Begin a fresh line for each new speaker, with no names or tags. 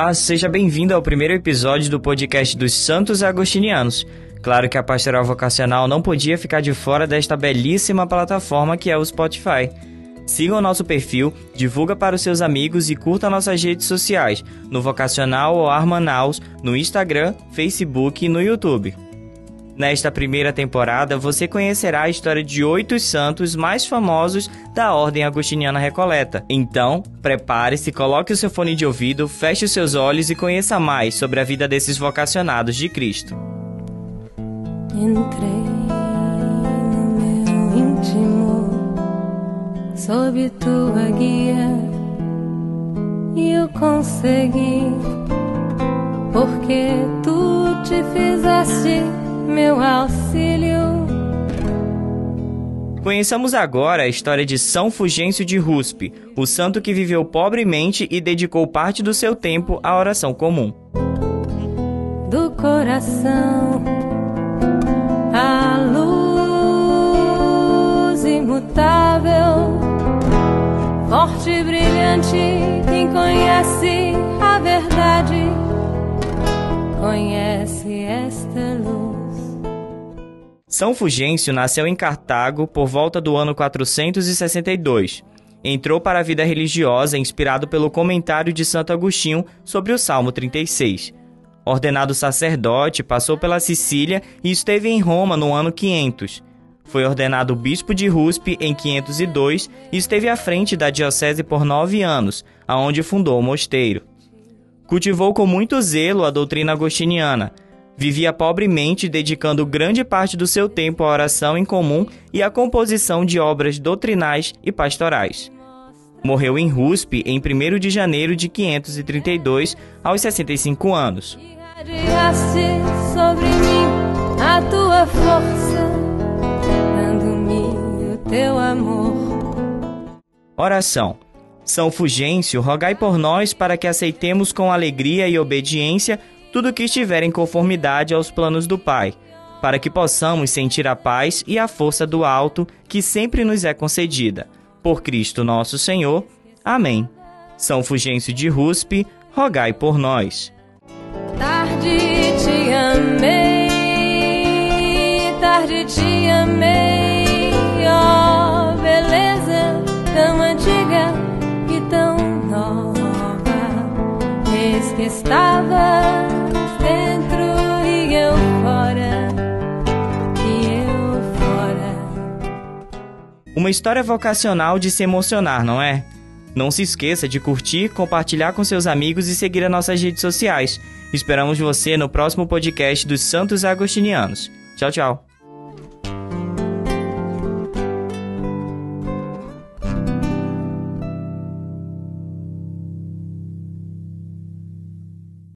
Olá, seja bem-vindo ao primeiro episódio do podcast dos Santos Agostinianos. Claro que a Pastoral Vocacional não podia ficar de fora desta belíssima plataforma que é o Spotify. Siga o nosso perfil, divulga para os seus amigos e curta nossas redes sociais, no Vocacional OAR Manaus, no Instagram, Facebook e no YouTube. Nesta primeira temporada, você conhecerá a história de 8 santos mais famosos da Ordem Agostiniana Recoleta. Então, prepare-se, coloque o seu fone de ouvido, feche os seus olhos e conheça mais sobre a vida desses vocacionados de Cristo.
Entrei no meu íntimo, sob tua guia, e eu consegui, porque tu te fizeste meu auxílio.
Conheçamos agora a história de São Fulgêncio de Ruspe, o santo que viveu pobremente e dedicou parte do seu tempo à oração comum.
Do coração, a luz imutável, forte e brilhante, quem conhece a verdade, conhece esta luz.
São Fulgêncio nasceu em Cartago por volta do ano 462. Entrou para a vida religiosa inspirado pelo comentário de Santo Agostinho sobre o Salmo 36. Ordenado sacerdote, passou pela Sicília e esteve em Roma no ano 500. Foi ordenado bispo de Ruspe em 502 e esteve à frente da diocese por 9 anos, aonde fundou o mosteiro. Cultivou com muito zelo a doutrina agostiniana. Vivia pobremente, dedicando grande parte do seu tempo à oração em comum e à composição de obras doutrinais e pastorais. Morreu em Ruspe em 1º de janeiro de 532, aos 65 anos.
Irradiaste sobre mim a tua força, dando-me o teu amor.
Oração. São Fulgêncio, rogai por nós para que aceitemos com alegria e obediência tudo que estiver em conformidade aos planos do Pai, para que possamos sentir a paz e a força do alto que sempre nos é concedida. Por Cristo nosso Senhor. Amém. São Fulgêncio de Ruspe, rogai por nós.
Tarde te amei, tarde te amei, ó beleza tão antiga e tão nova, eis que estavas dentro e eu fora,
Uma história vocacional de se emocionar, não é? Não se esqueça de curtir, compartilhar com seus amigos e seguir as nossas redes sociais. Esperamos você no próximo podcast dos Santos Agostinianos. Tchau, tchau.